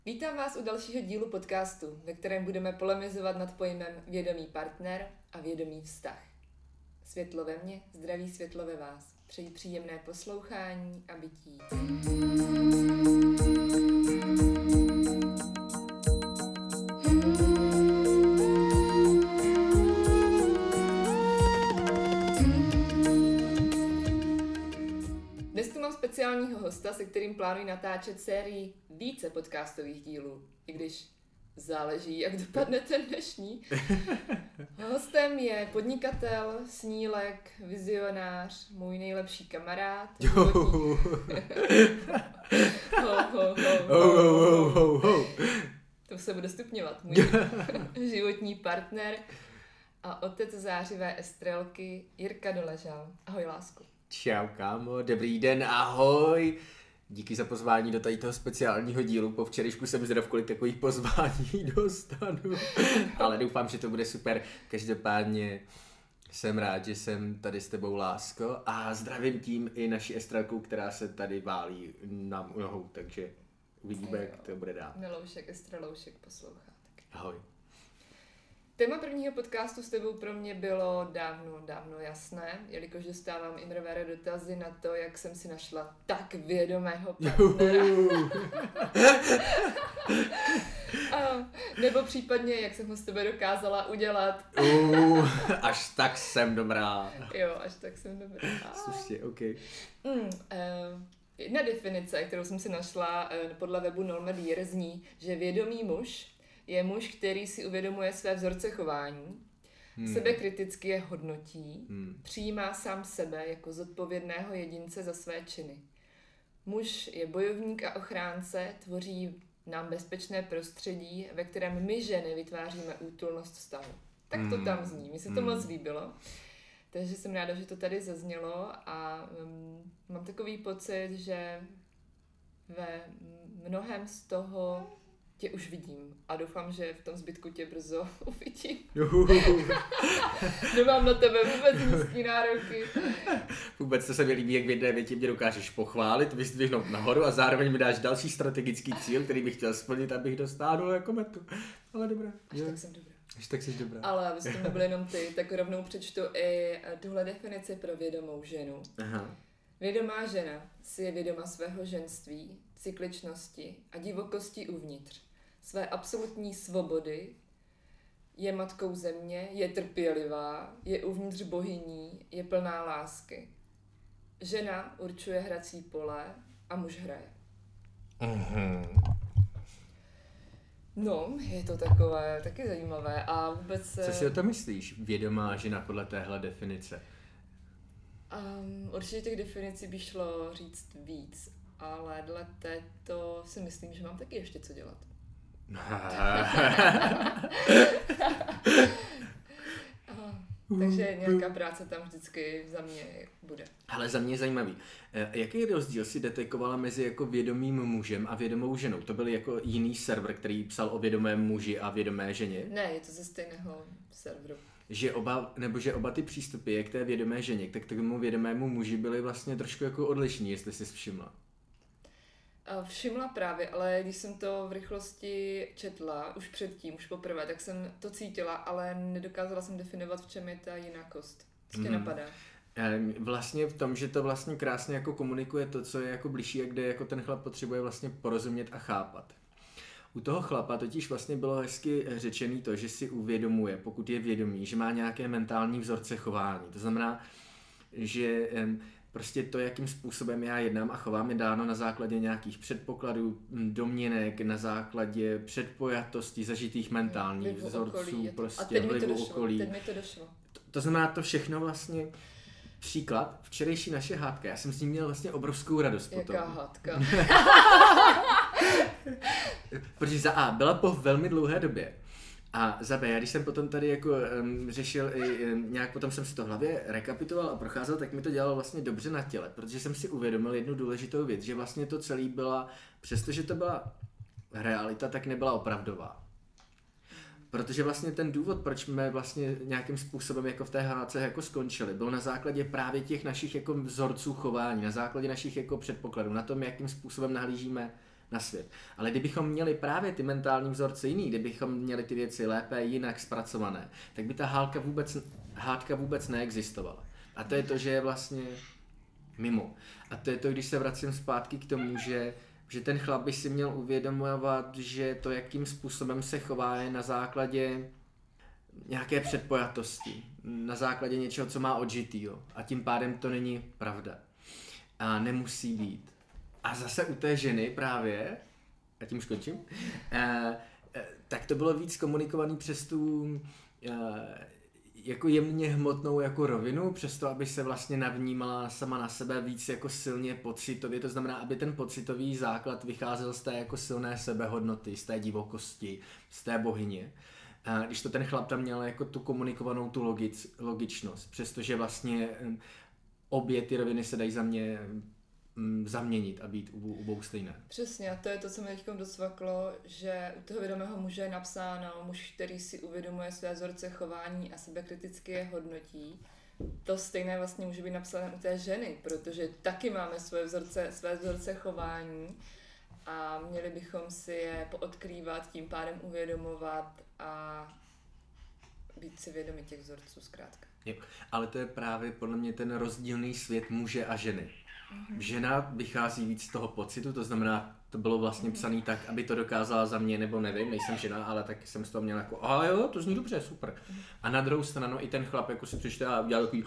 Vítám vás u dalšího dílu podcastu, ve kterém budeme polemizovat nad pojmem vědomý partner a vědomý vztah. Světlo ve mně, zdraví světlo ve vás. Přeji příjemné poslouchání a bytí. Dnes tu mám speciálního hosta, se kterým plánuji natáčet sérii více podcastových dílů, i když záleží, jak dopadne ten dnešní. Hostem je podnikatel, snílek, vizionář, můj nejlepší kamarád. To se bude stupňovat. Můj životní partner a otec zářivé estrelky Jirka Doležal. Ahoj, lásku. Čau, kámo, dobrý den, ahoj. Díky za pozvání do tady toho speciálního dílu. Po včerejšku jsem zvědav, kolik takových pozvání dostanu. Ale doufám, že to bude super. Každopádně jsem rád, že jsem tady s tebou, lásko. A zdravím tím i naši estrelku, která se tady válí nám u nohou. Takže uvidíme, jak to bude dál. Miloušek, estreloušek poslouchá. Ahoj. Téma prvního podcastu s tebou pro mě bylo dávno jasné, jelikož dostávám imrvére dotazy na to, jak jsem si našla tak vědomého partnera. Nebo případně, jak jsem ho z tebe dokázala udělat. Až tak jsem dobrá. Jo, až tak jsem dobrá. Slušně, ok. Jedna definice, kterou jsem si našla podle webu Nolmedeer, zní, že vědomý muž je muž, který si uvědomuje své vzorce chování, sebekriticky je hodnotí, přijímá sám sebe jako zodpovědného jedince za své činy. Muž je bojovník a ochránce, tvoří nám bezpečné prostředí, ve kterém my ženy vytváříme útulnost vztahu. Tak to tam zní, mi se to moc líbilo. Takže jsem ráda, že to tady zaznělo a mám takový pocit, že ve mnohem z toho tě už vidím a doufám, že v tom zbytku tě brzo uvidím. Nemám na tebe vůbec nízký nároky. Vůbec to se mi líbí, jak v jedné větě mě dokážeš pochválit, vyzdvihnout nahoru a zároveň mi dáš další strategický cíl, který bych chtěl splnit, abych dostáhnul jako metu. Ale dobré. Až tak jsem dobrá. Až tak jsi dobrá. Ale abys to nebyl jenom ty, tak rovnou přečtu i tuhle definici pro vědomou ženu. Aha. Vědomá žena si je vědoma svého ženství, cykličnosti a divokosti uvnitř, své absolutní svobody, je matkou země, je trpělivá, je uvnitř bohyní, je plná lásky. Žena určuje hrací pole a muž hraje. No, je to takové, taky zajímavé a vůbec... Co si o to myslíš, vědomá žena podle téhle definice? Určitě těch definicí by šlo říct víc, ale dle této si myslím, že mám taky ještě co dělat. Takže nějaká práce tam vždycky za mě bude. Ale za mě je zajímavý. Jaký rozdíl si detekovala mezi jako vědomým mužem a vědomou ženou? To byl jako jiný server, který psal o vědomém muži a vědomé ženě? Ne, je to ze stejného serveru. Že oba ty přístupy k té vědomé ženě, k tomu vědomému muži byly vlastně trošku jako odlišní, jestli jsi všimla. Všimla právě, ale když jsem to v rychlosti četla, už předtím, už poprvé, tak jsem to cítila, ale nedokázala jsem definovat, v čem je ta jinakost. Co tě napadá? Vlastně v tom, že to vlastně krásně jako komunikuje to, co je jako bližší a kde jako ten chlap potřebuje vlastně porozumět a chápat. U toho chlapa totiž vlastně bylo hezky řečený to, že si uvědomuje, pokud je vědomý, že má nějaké mentální vzorce chování. To znamená, že prostě to, jakým způsobem já jednám a chovám, je dáno na základě nějakých předpokladů, domněnek, na základě předpojatosti, zažitých mentálních vzorců, prostě vlivu okolí. Teď mi to došlo. To znamená to všechno vlastně. Příklad, včerejší naše hádka, já jsem s ní měl vlastně obrovskou radost potom. Jaká hádka? Protože za A byla po velmi dlouhé době a za B, já když jsem potom tady jako řešil nějak, potom jsem si to v hlavě rekapituloval a procházel, tak mi to dělalo vlastně dobře na těle, protože jsem si uvědomil jednu důležitou věc, že vlastně to celé byla, přestože to byla realita, tak nebyla opravdová. Protože vlastně ten důvod, proč jsme vlastně nějakým způsobem jako v té hádce jako skončili, byl na základě právě těch našich jako vzorců chování, na základě našich jako předpokladů, na tom, jakým způsobem nahlížíme na svět. Ale kdybychom měli právě ty mentální vzorce jiný, kdybychom měli ty věci lépe jinak zpracované, tak by ta hádka vůbec neexistovala. A to je to, že je vlastně mimo. A to je to, když se vracím zpátky k tomu, že ten chlap by si měl uvědomovat, že to, jakým způsobem se chová, je na základě nějaké předpojatosti, na základě něčeho, co má odžitýho. A tím pádem to není pravda. A nemusí být. A zase u té ženy právě, a tím skončím, tak to bylo víc komunikovaný přes tu jako jemně hmotnou jako rovinu, přesto aby se vlastně navnímala sama na sebe víc jako silně pocitově, to znamená, aby ten pocitový základ vycházel z té jako silné sebehodnoty, z té divokosti, z té bohyně. Když to ten chlap tam měl jako tu komunikovanou tu logičnost, přestože vlastně obě ty roviny se dají za mě zaměnit a být obou stejné. Přesně, a to je to, co mi teď docvaklo, že u toho vědomého muže je napsáno muž, který si uvědomuje své vzorce chování a sebekriticky je hodnotí. To stejné vlastně může být napsáno u té ženy, protože taky máme své vzorce chování a měli bychom si je poodkrývat, tím pádem uvědomovat a být si vědomi těch vzorců zkrátka. Jo, ale to je právě podle mě ten rozdílný svět muže a ženy. Žena vychází víc z toho pocitu, to znamená, to bylo vlastně psaný tak, aby to dokázala za mě, nebo nevím, nejsem žena, ale taky jsem z toho měl jako, a jo, to zní dobře, super. A na druhou stranu i ten chlap jako si přečte a udělal takový,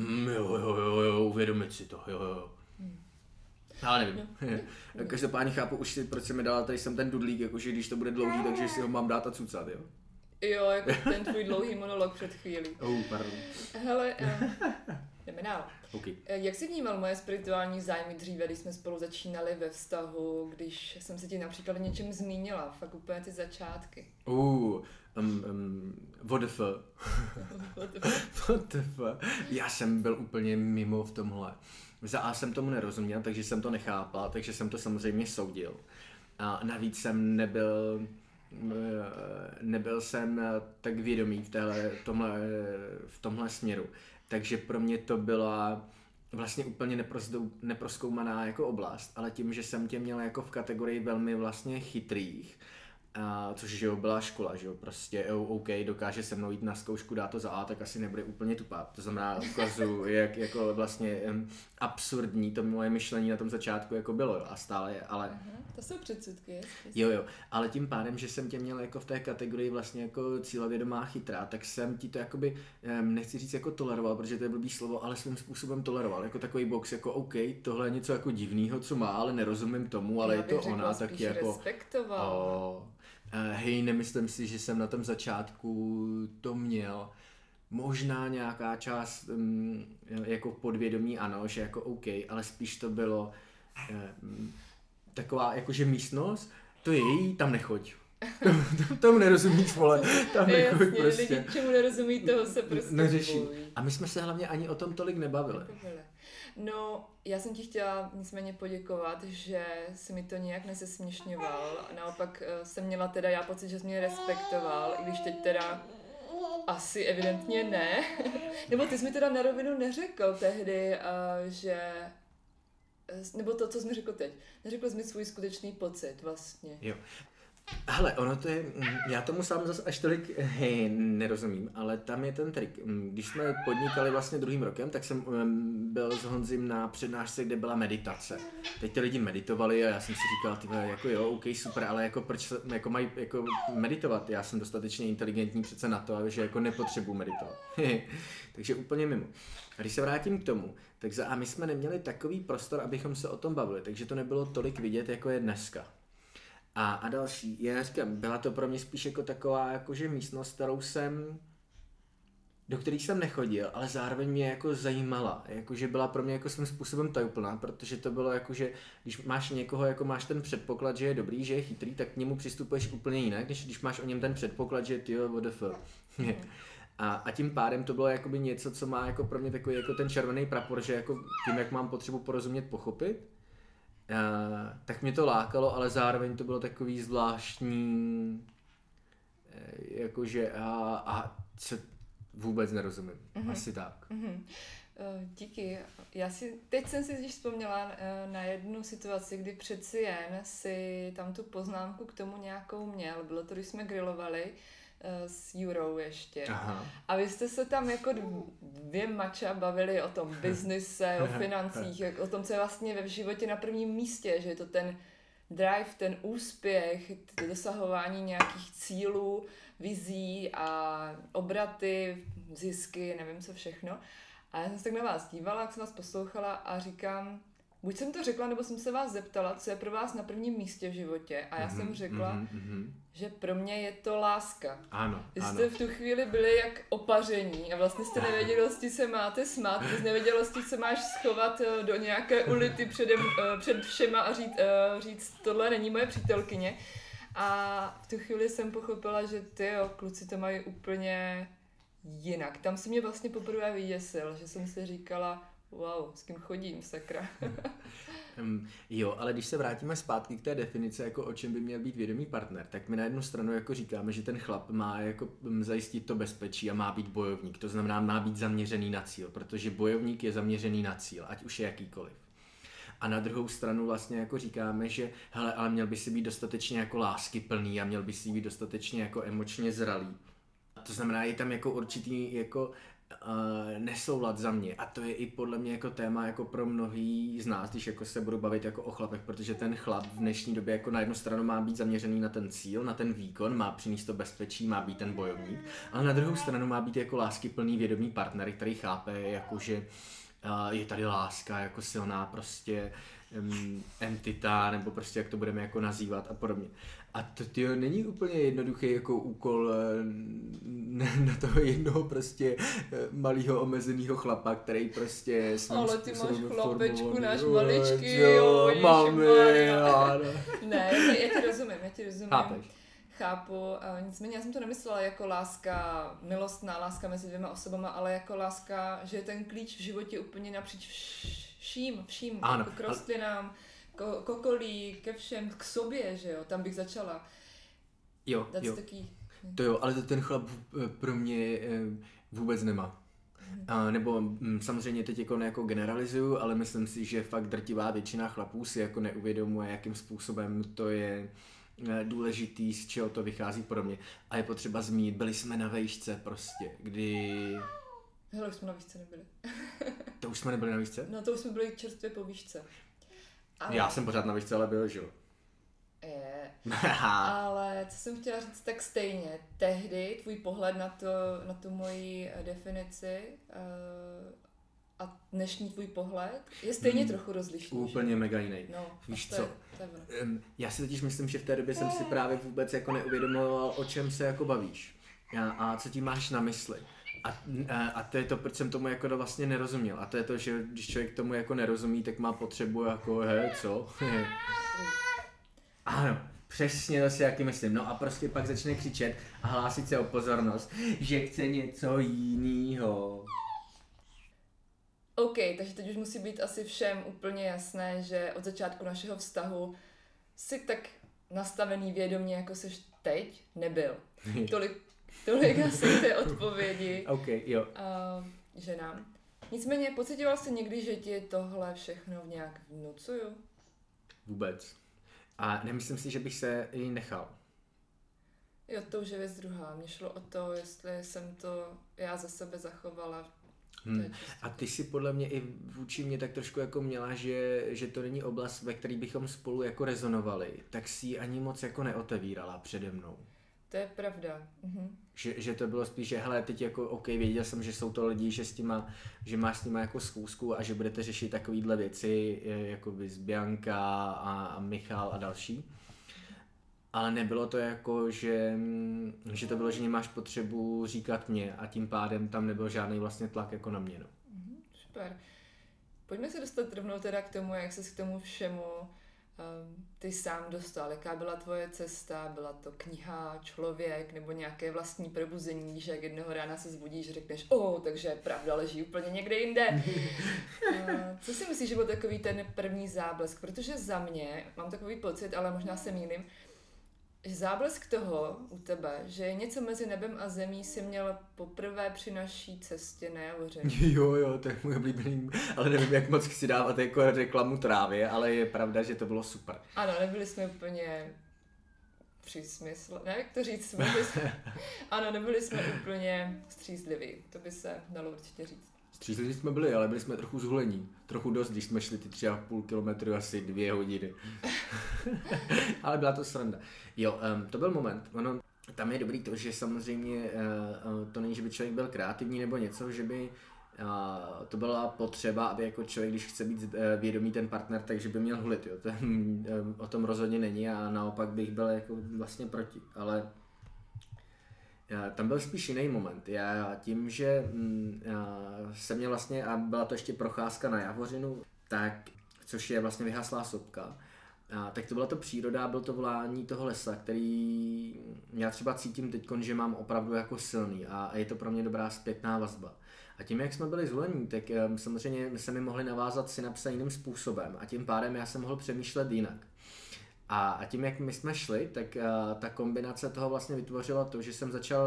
jo, uvědomit si to, jo. Ale nevím. Každopádně chápu už si, proč se mi dala tady jsem ten dudlík, jakože když to bude dlouhý, takže si ho mám dát a cucat, jo. Jo, jako ten tvůj dlouhý monolog před chvílí. Pardon. Hele, jdeme dál. Okay. Jak jsi vnímal moje spirituální zájmy dříve, když jsme spolu začínali ve vztahu, když jsem se ti například o něčem zmínila, fakt úplně ty začátky? What the fuck? What the fuck? Já jsem byl úplně mimo v tomhle. Za A jsem tomu nerozuměl, takže jsem to nechápal, takže jsem to samozřejmě soudil. A navíc jsem nebyl jsem tak vědomý v tomhle směru. Takže pro mě to byla vlastně úplně neprozkoumaná jako oblast, ale tím, že jsem tě měl jako v kategorii velmi vlastně chytrých, což že jo, byla škola, že jo, prostě OK, dokáže se mnou jít na zkoušku, dá to za A, tak asi nebude úplně tupá. To znamená, ukazuju, jak jako vlastně absurdní to moje myšlení na tom začátku jako bylo, jo, a stále je, ale... To jsou předsudky, Jo, ale tím pádem, že jsem tě měl jako v té kategorii vlastně jako cílevědomá chytrá, tak jsem ti to jakoby, nechci říct jako toleroval, protože to je blbý slovo, ale svým způsobem toleroval, jako takový box, jako OK, tohle je něco jako divného, co má, ale nerozumím tomu, ale je to ona, tak jako... respektoval. Hej, nemyslím si, že jsem na tom začátku to měl. Možná nějaká část jako podvědomí, ano, že jako OK, ale spíš to bylo taková jakože místnost, to je její, tam nechoď. Tomu nerozumíš, vole, tam nechoď prostě. Lidi, čemu nerozumí, toho se prostě neřeší. A my jsme se hlavně ani o tom tolik nebavili. No, já jsem ti chtěla nicméně poděkovat, že jsi mi to nějak nesesměšňoval. Naopak jsem měla teda já pocit, že jsi mě respektoval, i když teď teda asi evidentně ne. Nebo ty jsi mi teda na rovinu neřekl tehdy, že... Nebo to, co jsi mi řekl teď. Neřekl jsi mi svůj skutečný pocit vlastně. Jo. Hele, ono to je, já tomu sám zase až tolik nerozumím, ale tam je ten trik. Když jsme podnikali vlastně druhým rokem, tak jsem byl s Honzim na přednášce, kde byla meditace. Teď ty lidi meditovali a já jsem si říkal, tyhle, jako jo, OK, super, ale jako proč jako mají jako meditovat? Já jsem dostatečně inteligentní přece na to, že jako nepotřebuji meditovat. Takže úplně mimo. A když se vrátím k tomu, tak a my jsme neměli takový prostor, abychom se o tom bavili, takže to nebylo tolik vidět, jako je dneska. A další, já říkám, byla to pro mě spíš jako taková jakože místnost, do které jsem nechodil, ale zároveň mě jako zajímala, jakože byla pro mě jako svým způsobem tajuplná, protože to bylo jakože, když máš někoho, jako máš ten předpoklad, že je dobrý, že je chytrý, tak k němu přistupuješ úplně jinak, než když máš o něm ten předpoklad, že ty what the fuck. A tím pádem to bylo jakoby něco, co má jako pro mě takový jako ten červený prapor, že jako tím, jak mám potřebu porozumět, pochopit, tak mě to lákalo, ale zároveň to bylo takový zvláštní, jakože a co vůbec nerozumím. Asi tak. Díky. Teď jsem si vzpomněla na jednu situaci, kdy přeci jen si tam tu poznámku k tomu nějakou měl. Bylo to, když jsme grilovali s Jurou ještě. Aha. A vy jste se tam jako dvě mača bavili o tom biznise, o financích, o tom, co je vlastně v životě na prvním místě, že je to ten drive, ten úspěch, dosahování nějakých cílů, vizí a obraty, zisky, nevím co všechno. A já jsem se tak na vás dívala, jak jsem vás poslouchala a říkám, buď jsem to řekla, nebo jsem se vás zeptala, co je pro vás na prvním místě v životě. A já jsem řekla, že pro mě je to láska. Ano. Vy jste v tu chvíli byli jak opaření a vlastně jste nevědělosti se máte smát, z nevědělosti se máš schovat do nějaké ulity před všema a říct, tohle není moje přítelkyně. A v tu chvíli jsem pochopila, že kluci to mají úplně jinak. Tam si mě vlastně poprvé vyděsil, že jsem si říkala, wow, s kým chodím, sakra. Jo, ale když se vrátíme zpátky k té definici, jako o čem by měl být vědomý partner, tak my na jednu stranu jako říkáme, že ten chlap má jako zajistit to bezpečí a má být bojovník. To znamená, má být zaměřený na cíl, protože bojovník je zaměřený na cíl, ať už je jakýkoliv. A na druhou stranu vlastně jako říkáme, že hele, ale měl by si být dostatečně jako láskyplný a měl by si být dostatečně jako emočně zralý. To znamená, je tam jako určitý jako nesoulad za mě a to je i podle mě jako téma jako pro mnohý z nás, když jako se budu bavit jako o chlapech, protože ten chlap v dnešní době jako na jednu stranu má být zaměřený na ten cíl, na ten výkon, má přinést to bezpečí, má být ten bojovník, ale na druhou stranu má být jako láskyplný vědomý partner, který chápe jako, že je tady láska jako silná prostě entita, nebo prostě jak to budeme jako nazývat a podobně. A to není úplně jednoduchý jako úkol na toho jednoho prostě malého omezeného chlapa, který prostě ale ty máš chlapečku, náš maličký, jo, mami, ne, já ti rozumím. Chápeš? Chápu, nicméně já jsem to nemyslela jako láska, milostná láska mezi dvěma osobama, ale jako láska, že je ten klíč v životě úplně napříč vším, ano, jako k rostlinám, k okolí, ke všem, k sobě, že jo, tam bych začala. Jo. To jo, ale to ten chlap pro mě vůbec nemá. Nebo samozřejmě teď jako generalizuju, ale myslím si, že fakt drtivá většina chlapů si jako neuvědomuje, jakým způsobem to je důležitý, z čeho to vychází podobně. A je potřeba zmínit, byli jsme na vejšce prostě, kdy... Hele, už jsme na výšce nebyli. To už jsme nebyli na výšce? No to už jsme byli čerstvě po výšce. Ale... Já jsem pořád na výšce, ale byl, že jo? Ale co jsem chtěla říct, tak stejně. Tehdy tvůj pohled na tu moji definici a dnešní tvůj pohled je stejně trochu rozlišný. Úplně mega jiný. No, víš co? Já si totiž myslím, že v té době jsem si právě vůbec jako neuvědomoval, o čem se jako bavíš. A co tím máš na mysli. A to je to, proč jsem tomu jako vlastně nerozuměl. A to je to, že když člověk tomu jako nerozumí, tak má potřebu jako, co? Ano, přesně to si jaký myslím. No a prostě pak začne křičet a hlásit se o pozornost, že chce něco jinýho. OK, takže teď už musí být asi všem úplně jasné, že od začátku našeho vztahu si tak nastavený vědomě, jako seš teď, nebyl. Tolik asi té odpovědi ženám. Nicméně pocitoval jsi někdy, že ti tohle všechno nějak vnucuju? Vůbec. A nemyslím si, že bych se jí nechal. Jo, to už je věc druhá. Mně šlo o to, jestli jsem to já za sebe zachovala. A ty si podle mě i vůči mě tak trošku jako měla, že to není oblast, ve které bychom spolu jako rezonovali, tak si ji ani moc jako neotevírala přede mnou. To je pravda. Že to bylo spíš, že hele, teď jako OK, věděl jsem, že jsou to lidi, že máš s nima jako schůzku a že budete řešit takovýhle věci, jako bys Bianka a Michal a další. Ale nebylo to jako, že to bylo, že nemáš potřebu říkat mě a tím pádem tam nebyl žádný vlastně tlak jako na mě. No. Super. Pojďme se dostat rovnou teda k tomu, jak ses k tomu všemu ty sám dostal. Jaká byla tvoje cesta? Byla to kniha, člověk nebo nějaké vlastní probuzení, že jak jednoho rána se zbudíš a řekneš, takže pravda leží úplně někde jinde. Co si myslíš, že byl takový ten první záblesk? Protože za mě, mám takový pocit, ale možná se mýlím, záblesk toho u tebe, že je něco mezi nebem a zemí, si měl poprvé při naší cestě na Javoření. Jo, to je můj oblíbený, ale nevím, jak moc chci dávat jako reklamu trávě, ale je pravda, že to bylo super. Ano, nebyli jsme úplně při smyslu, ne, jak to říct, ano, nebyli jsme úplně střízliví, to by se dalo určitě říct. Střízliví jsme byli, ale byli jsme trochu zhulení. Trochu dost, když jsme šli ty 3,5 kilometru, asi 2 hodiny. Ale byla to sranda. Jo, to byl moment. Ono, tam je dobrý to, že samozřejmě to není, že by člověk byl kreativní nebo něco, že by to byla potřeba, aby jako člověk, když chce být vědomý ten partner, takže by měl hulit. Jo. To, o tom rozhodně není a naopak bych byl jako vlastně proti. Ale tam byl spíš jiný moment. Já tím, že jsem měl vlastně, a byla to ještě procházka na Javořinu, tak, což je vlastně vyhaslá sopka, tak to byla to příroda, byl to volání toho lesa, který já třeba cítím teď, že mám opravdu jako silný a je to pro mě dobrá zpětná vazba. A tím, jak jsme byli zvolení, tak samozřejmě se mi mohli navázat synapse jiným způsobem a tím pádem já jsem mohl přemýšlet jinak. A tím, jak my jsme šli, tak ta kombinace toho vlastně vytvořila to, že jsem začal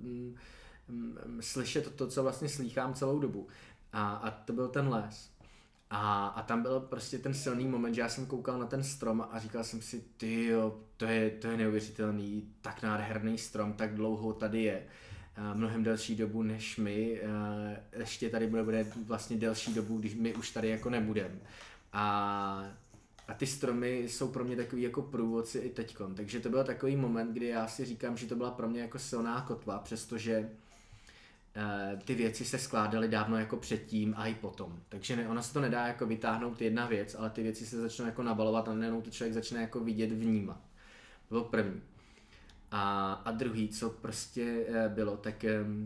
slyšet to, co vlastně slýchám celou dobu. A to byl ten les. A tam byl prostě ten silný moment, že já jsem koukal na ten strom a říkal jsem si, tyjo, to je neuvěřitelný, tak nádherný strom, tak dlouho tady je. Mnohem delší dobu než my, ještě tady bude vlastně delší dobu, když my už tady jako nebudeme. A ty stromy jsou pro mě takový jako průvodci i teďkon, takže to byl takový moment, kdy já si říkám, že to byla pro mě jako silná kotva, přestože ty věci se skládaly dávno jako předtím a i potom. Takže ona se to nedá jako vytáhnout jedna věc, ale ty věci se začnou jako nabalovat a najednou to člověk začne jako vidět, vnímat. To byl první. A druhý, co prostě bylo, tak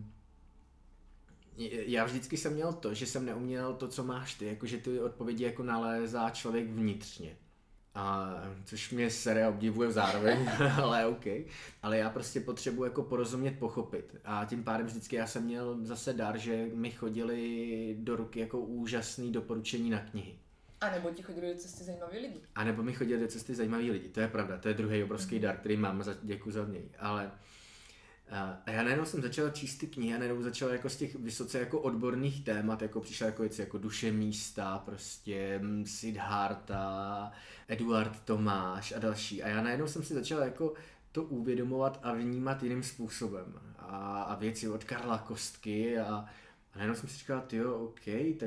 já vždycky jsem měl to, že jsem neuměl to, co máš ty, jakože ty odpovědi jako nalézá člověk vnitřně. Což mě sere obdivuje zároveň, ale OK. Ale já prostě potřebuji jako porozumět, pochopit. A tím pádem vždycky já jsem měl zase dar, že mi chodili do ruky jako úžasný doporučení na knihy. A nebo ti chodili do cesty zajímaví lidi. A nebo mi chodili do cesty zajímaví lidi, to je pravda, to je druhý obrovský dar, který mám, děkuji za něj. Ale a já najednou jsem začal číst ty knihy a najednou začal jako z těch vysoce jako odborných témat, jako přišla jako věci jako Duše místa, prostě Siddhartha, Eduard Tomáš a další. A já najednou jsem si začal jako to uvědomovat a vnímat jiným způsobem. A věci od Karla Kostky a najednou jsem si říkal, tyjo, OK, tak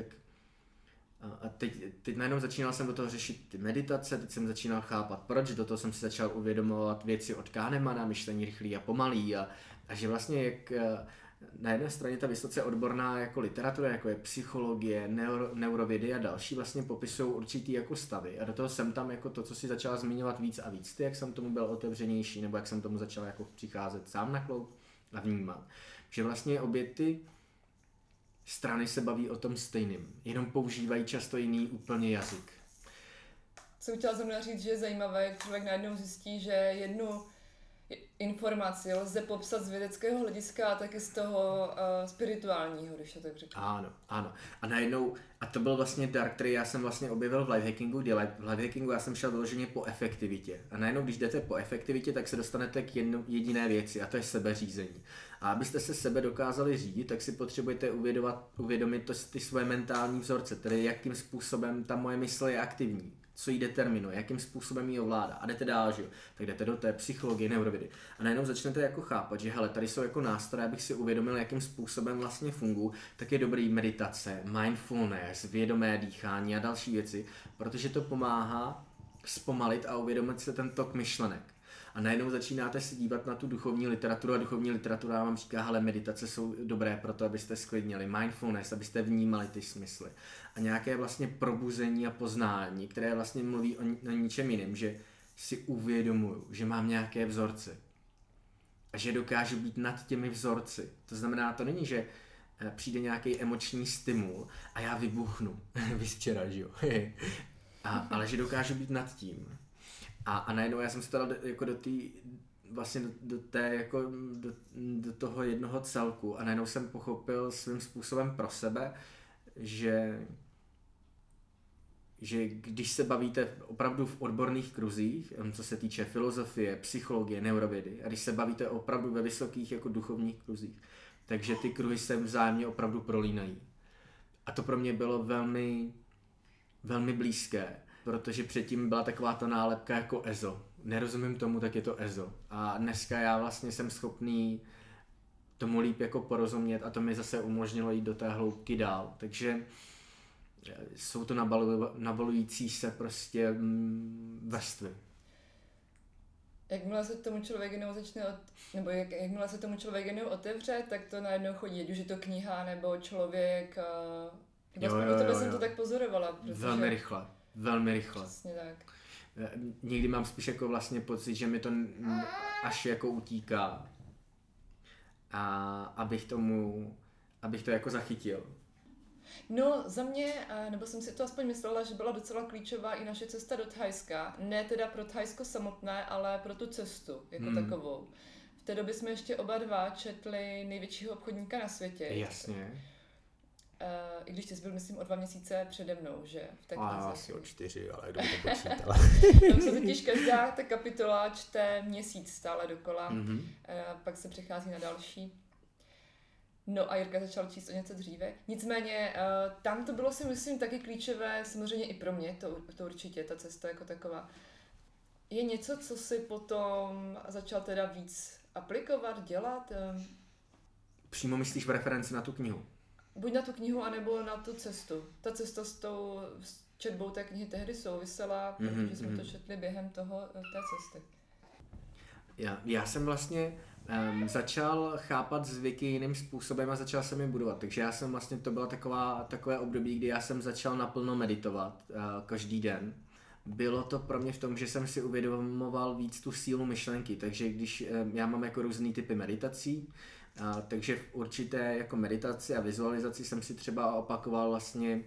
a teď najednou začínal jsem do toho řešit ty meditace, teď jsem začínal chápat proč, do toho jsem si začal uvědomovat věci od Kahnemana, myšlení rychlý a pomalý a že vlastně jak na jedné straně ta vysoce odborná jako literatura, jako je psychologie, neurovědy a další vlastně popisují určitý jako stavy a do toho jsem tam jako to, co si začala zmiňovat víc a víc, ty, jak jsem tomu byl otevřenější nebo jak jsem tomu začal jako přicházet sám na kloub a vnímat, že vlastně obě ty strany se baví o tom stejným, jenom používají často jiný úplně jazyk. Jsem chtěla zrovna říct, že je zajímavé, jak člověk najednou zjistí, že jednu informaci lze popsat z vědeckého hlediska a taky z toho spirituálního, když to tak řeknu. Ano. A najednou, a to byl vlastně dar, který já jsem vlastně objevil v lifehackingu, kdy v lifehackingu já jsem šel vyloženě po efektivitě. A najednou, když jdete po efektivitě, tak se dostanete k jediné věci a to je sebeřízení. A abyste se sebe dokázali řídit, tak si potřebujete uvědomit ty svoje mentální vzorce, tedy jakým způsobem ta moje mysl je aktivní, co jí determinuje, jakým způsobem ji ovládá a jdete dál, že jo? Tak jdete do té psychologie, neurovědy. A najednou začnete jako chápat, že hele, tady jsou jako nástroje, abych si uvědomil, jakým způsobem vlastně fungují, tak je dobrý meditace, mindfulness, vědomé dýchání a další věci, protože to pomáhá zpomalit a uvědomit se ten tok myšlenek. A najednou začínáte se dívat na tu duchovní literaturu a duchovní literatura vám říká, hele, meditace jsou dobré pro to, abyste sklidnili, mindfulness, abyste vnímali ty smysly. A nějaké vlastně probuzení a poznání, které vlastně mluví o ničem jiném, že si uvědomuju, že mám nějaké vzorce a že dokážu být nad těmi vzorci. To znamená, to není, že přijde nějaký emoční stimul a já vybuchnu, vy včera, že jo, ale že dokážu být nad tím. A najednou já jsem se dal jako do toho jednoho celku a najednou jsem pochopil svým způsobem pro sebe, že že když se bavíte opravdu v odborných kruzích, co se týče filozofie, psychologie, neurovědy, a když se bavíte opravdu ve vysokých jako duchovních kruzích, takže ty kruhy se vzájemně opravdu prolínají. A to pro mě bylo velmi, velmi blízké, protože předtím byla taková ta nálepka jako EZO. Nerozumím tomu, tak je to EZO. A dneska já vlastně jsem schopný tomu líp jako porozumět a to mi zase umožnilo jít do té hloubky dál. Takže jsou to nabalující se prostě vrstvy. Jakmile se tomu člověk jednou jakmile se tomu člověk jednou otevře, tak to najednou chodí, ať už je to kniha nebo člověk, nebo jsem to tak pozorovala. Protože... Velmi rychle. Přesně tak. Někdy mám spíš jako vlastně pocit, že mi to až jako utíká. A abych to jako zachytil. No za mě, nebo jsem si to aspoň myslela, že byla docela klíčová i naše cesta do Thajska. Ne teda pro Thajsko samotné, ale pro tu cestu jako takovou. V té době jsme ještě oba dva četli Největšího obchodníka na světě. Jasně. I když ty jsi byl, myslím, o 2 měsíce přede mnou, že? V té knize. Asi o 4, ale kdo by to počítal. Tam se totiž každá ta kapitola čte měsíc stále dokola, pak se přechází na další. No a Jirka začal číst o něco dříve. Nicméně tam to bylo, si myslím, taky klíčové, samozřejmě i pro mě, to určitě, ta cesta jako taková. Je něco, co si potom začal teda víc aplikovat, dělat? Přímo myslíš v referenci na tu knihu? Buď na tu knihu, anebo na tu cestu. Ta cesta s tou četbou té knihy tehdy souvisela, protože jsme to četli během té cesty. Já jsem vlastně začal chápat zvyky jiným způsobem a začal jsem je budovat. Takže já jsem vlastně, to byla takové období, kdy já jsem začal naplno meditovat každý den. Bylo to pro mě v tom, že jsem si uvědomoval víc tu sílu myšlenky, takže když já mám jako různý typy meditací, takže v určité jako meditaci a vizualizaci jsem si třeba opakoval vlastně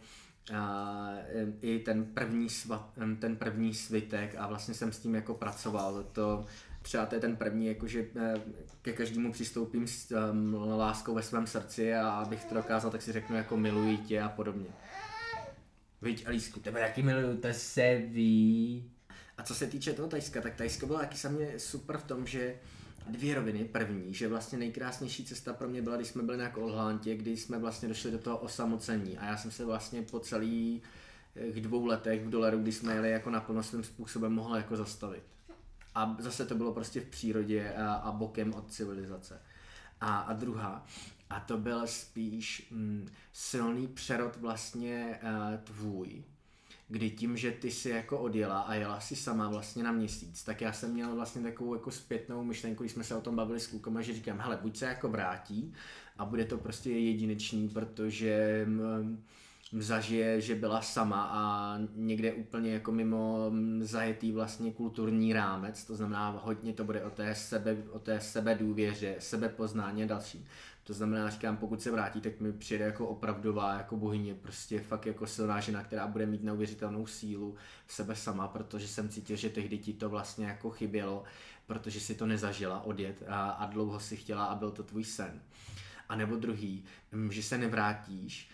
i ten první svitek a vlastně jsem s tím jako pracoval. Třeba to je ten první, jakože ke každému přistoupím s láskou ve svém srdci a abych to dokázal, tak si řeknu jako miluji tě a podobně. Viď, Elísku, tebe taky miluju, to se ví. A co se týče toho Thajska, tak Thajsko bylo taky samě super v tom, že 2 roviny. První, že vlastně nejkrásnější cesta pro mě byla, když jsme byli na Kolhántě, kdy jsme vlastně došli do toho osamocení a já jsem se vlastně po celých 2 letech v Doleru, kdy jsme jeli jako naplno svým způsobem, mohl jako zastavit. A zase to bylo prostě v přírodě a bokem od civilizace. A druhá, a to byl spíš silný přerod vlastně tvůj, kdy tím, že ty si jako odjela a jela si sama vlastně na měsíc, tak já jsem měl vlastně takovou jako zpětnou myšlenku, když jsme se o tom bavili s klukama, že říkám, hele, buď se jako vrátí a bude to prostě jedinečný, protože zažije, že byla sama a někde úplně jako mimo zajetý vlastně kulturní rámec, to znamená hodně to bude o té sebedůvěře, sebepoznání a další. To znamená, říkám, pokud se vrátí, tak mi přijede jako opravdová jako bohyně, prostě fakt jako silná žena, která bude mít neuvěřitelnou sílu v sebe sama, protože jsem cítil, že tehdy ti to vlastně jako chybělo, protože si to nezažila odjet a dlouho si chtěla a byl to tvůj sen. A nebo druhý, že se nevrátíš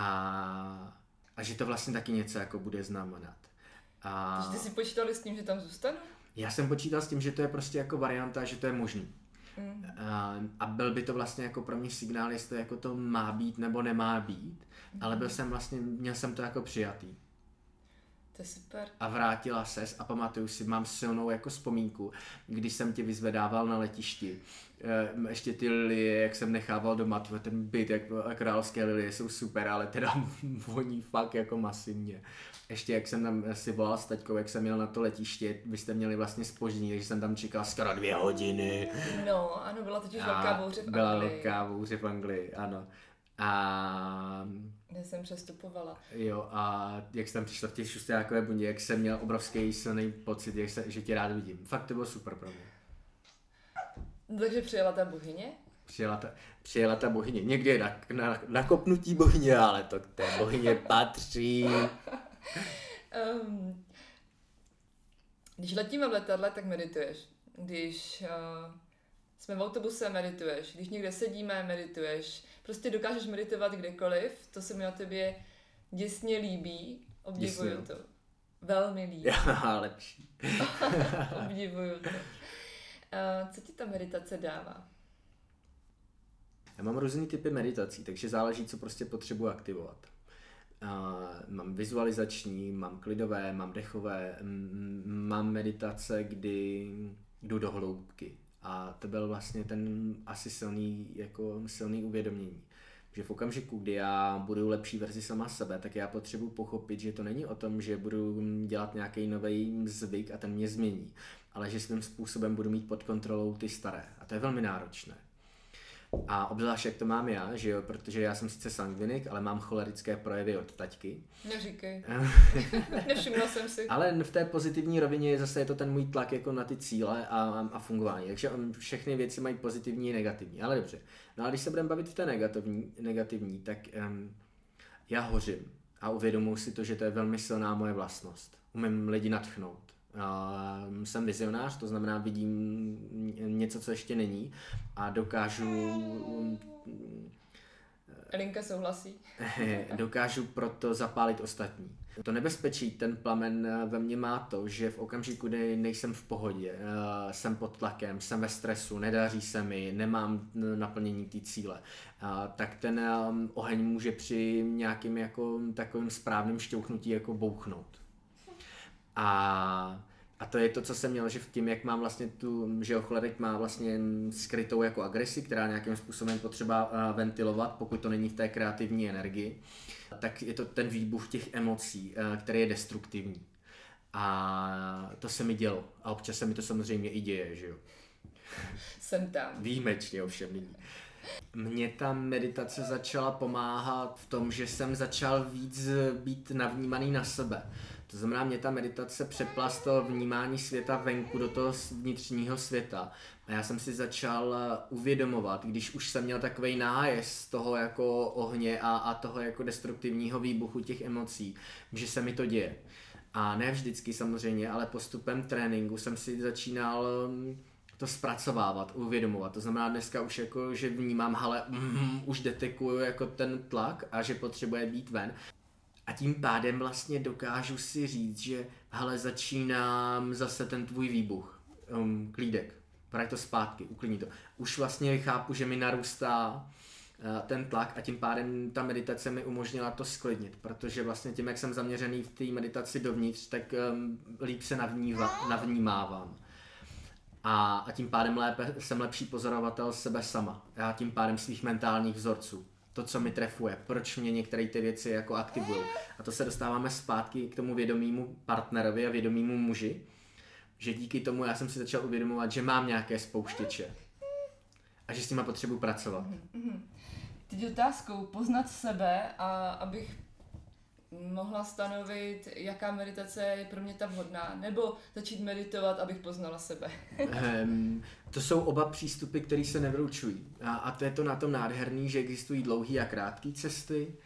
a že to vlastně taky něco jako bude znamenat. Takže ty si počítali s tím, že tam zůstanu? Já jsem počítal s tím, že to je prostě jako varianta, že to je možný. A byl by to vlastně jako pro mě signál, jestli jako to má být nebo nemá být, ale měl jsem to jako přijatý. To je super. A vrátila ses a pamatuju si, mám silnou jako vzpomínku, když jsem tě vyzvedával na letišti. Ještě ty lilie, jak jsem nechával doma, ten byt, jak královské lilie jsou super, ale teda voní fakt jako masivně. Ještě jak jsem tam si volal s taťkou, jak jsem jel na to letiště, vy jste měli vlastně zpoždění, takže jsem tam čekal skoro 2 hodiny. No, ano, byla totiž velká bouře v Anglii. Byla velká bouře v Anglii, ano. A kde jsem přestupovala. Jo, a jak jsem přišla v těch šustákové bundě, jak jsem měl obrovský silný pocit, že tě rád vidím. Fakt to bylo super pro mě. Takže přijela ta bohyně? Přijela ta bohyně. Někdy je na kopnutí bohyně, ale to k té bohyně patří. Když letíme v letadle, tak medituješ. Když jsme v autobuse, medituješ. Když někde sedíme, medituješ. Prostě dokážeš meditovat kdekoliv. To se mi na tobě děsně líbí. Obdivuju to. Velmi líp. Já, lepší. Obdivuju to. Co ti ta meditace dává? Já mám různý typy meditací, takže záleží, co prostě potřebuji aktivovat. Mám vizualizační, mám klidové, mám dechové, mám meditace, kdy jdu do hloubky. A to byl vlastně ten asi silný uvědomění. Že v okamžiku, kdy já budu lepší verzi sama sebe, tak já potřebuji pochopit, že to není o tom, že budu dělat nějaký nový zvyk a ten mě změní, ale že svým způsobem budu mít pod kontrolou ty staré. A to je velmi náročné. A obzvlášť jak to mám já, že jo, protože já jsem sice sangvinik, ale mám cholerické projevy od taťky. Neříkej. Nevšimla jsem si. Ale v té pozitivní rovině zase je to ten můj tlak jako na ty cíle a fungování. Takže všechny věci mají pozitivní i negativní. Ale dobře. No a když se budeme bavit v té negativní, tak já hořím a uvědomuji si to, že to je velmi silná moje vlastnost. Umím lidi nadchnout. Jsem vizionář, to znamená vidím něco, co ještě není a dokážu Elinka souhlasí. Dokážu proto zapálit ostatní. To nebezpečí, ten plamen ve mně má to, že v okamžiku, kdy nejsem v pohodě, jsem pod tlakem, jsem ve stresu, nedaří se mi, nemám naplnění té cíle, tak ten oheň může při nějakým jako takovým správným šťouchnutí jako bouchnout. A to je to, co jsem měl, že v tím, jak mám vlastně že cholerik má vlastně skrytou jako agresi, která nějakým způsobem potřeba ventilovat, pokud to není v té kreativní energii, tak je to ten výbuch těch emocí, který je destruktivní. A to se mi dělo. A občas se mi to samozřejmě i děje, že jo. Jsem tam. Výjimečně ovšem nyní. Mně ta meditace začala pomáhat v tom, že jsem začal víc být navnímaný na sebe. To znamená, mě ta meditace přepla z toho vnímání světa venku do toho vnitřního světa. A já jsem si začal uvědomovat, když už jsem měl takovej nájezd toho jako ohně a toho jako destruktivního výbuchu těch emocí, že se mi to děje. A ne vždycky samozřejmě, ale postupem tréninku jsem si začínal to zpracovávat, uvědomovat. To znamená dneska už jako, že vnímám, už detekuju jako ten tlak a že potřebuje být ven. A tím pádem vlastně dokážu si říct, že začínám zase ten tvůj výbuch. Klídek, vrať to zpátky, uklidni to. Už vlastně chápu, že mi narůstá ten tlak a tím pádem ta meditace mi umožnila to sklidnit, protože vlastně tím, jak jsem zaměřený v té meditaci dovnitř, tak líp se navnímávám. A tím pádem jsem lepší pozorovatel sebe sama. Já tím pádem svých mentálních vzorců. To, co mi trefuje, proč mě některé ty věci jako aktivují. A to se dostáváme zpátky k tomu vědomímu partnerovi a vědomímu muži, že díky tomu já jsem si začal uvědomovat, že mám nějaké spouštěče a že s nima potřebuji pracovat. Teď otázkou poznat sebe a abych mohla stanovit, jaká meditace je pro mě ta vhodná, nebo začít meditovat, abych poznala sebe. To jsou oba přístupy, které se nevylučují. A to je to na tom nádherný, že existují dlouhé a krátké cesty.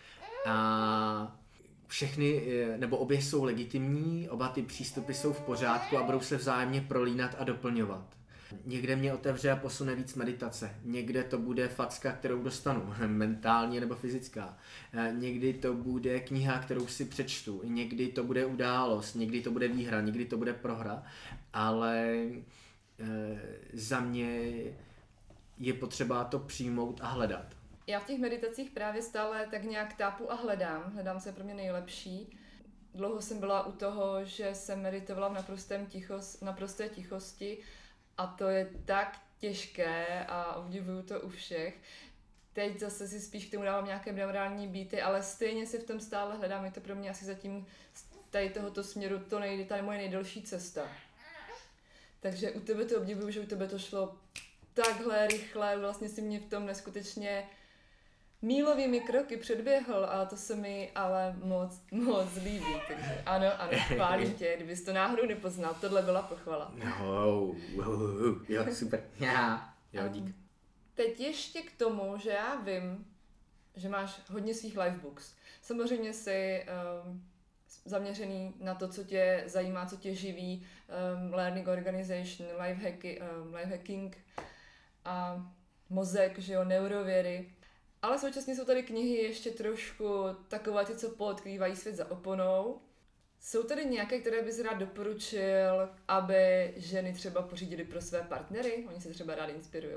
A všechny, nebo obě jsou legitimní, oba ty přístupy jsou v pořádku a budou se vzájemně prolínat a doplňovat. Někde mě otevře a posune víc meditace. Někde to bude facka, kterou dostanu, mentálně nebo fyzická. Někdy to bude kniha, kterou si přečtu. Někdy to bude událost, někdy to bude výhra, někdy to bude prohra. Ale za mě je potřeba to přijmout a hledat. Já v těch meditacích právě stále tak nějak tápu a hledám se pro mě nejlepší. Dlouho jsem byla u toho, že jsem meditovala v naprosté tichosti a to je tak těžké a obdivuju to u všech. Teď zase si spíš k tomu dávám nějaké neurální beaty, ale stejně si v tom stále hledám. Je to pro mě asi zatím tady tohoto směru ta je moje nejdelší cesta. Takže u tebe to obdivuju, že u tebe to šlo takhle rychle, vlastně si mě v tom neskutečně mílovými kroky předběhl a to se mi ale moc líbí. Takže ano, chválím tě, kdybys to náhodou nepoznal, tohle byla pochvala. Jo, super. Jo, dík. Teď ještě k tomu, že já vím, že máš hodně svých livebooks. Samozřejmě jsi zaměřený na to, co tě zajímá, co tě živí, learning organization, life hacking a mozek, že jo, neurovědy. Ale současně jsou tady knihy ještě trošku takové ty, co poodkrývají svět za oponou. Jsou tady nějaké, které bys rád doporučil, aby ženy třeba pořídily pro své partnery? Oni se třeba rádi inspirují.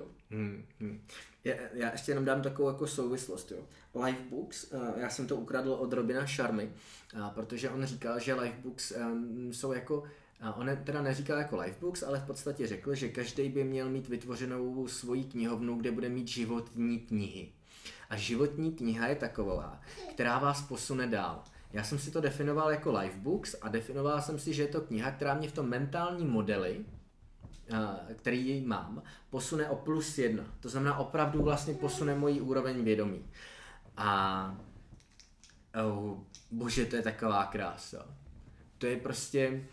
Já ještě jenom dám takovou jako souvislost. Jo. Lifebooks, já jsem to ukradl od Robina Sharmy, protože on říkal, že lifebooks jsou jako, on teda neříkal jako lifebooks, ale v podstatě řekl, že každý by měl mít vytvořenou svoji knihovnu, kde bude mít životní knihy. A životní kniha je taková, která vás posune dál. Já jsem si to definoval jako lifebooks a definoval jsem si, že je to kniha, která mě v tom mentálním modeli, který mám, posune o +1. To znamená opravdu vlastně posune moji úroveň vědomí. A bože, to je taková krása. To je prostě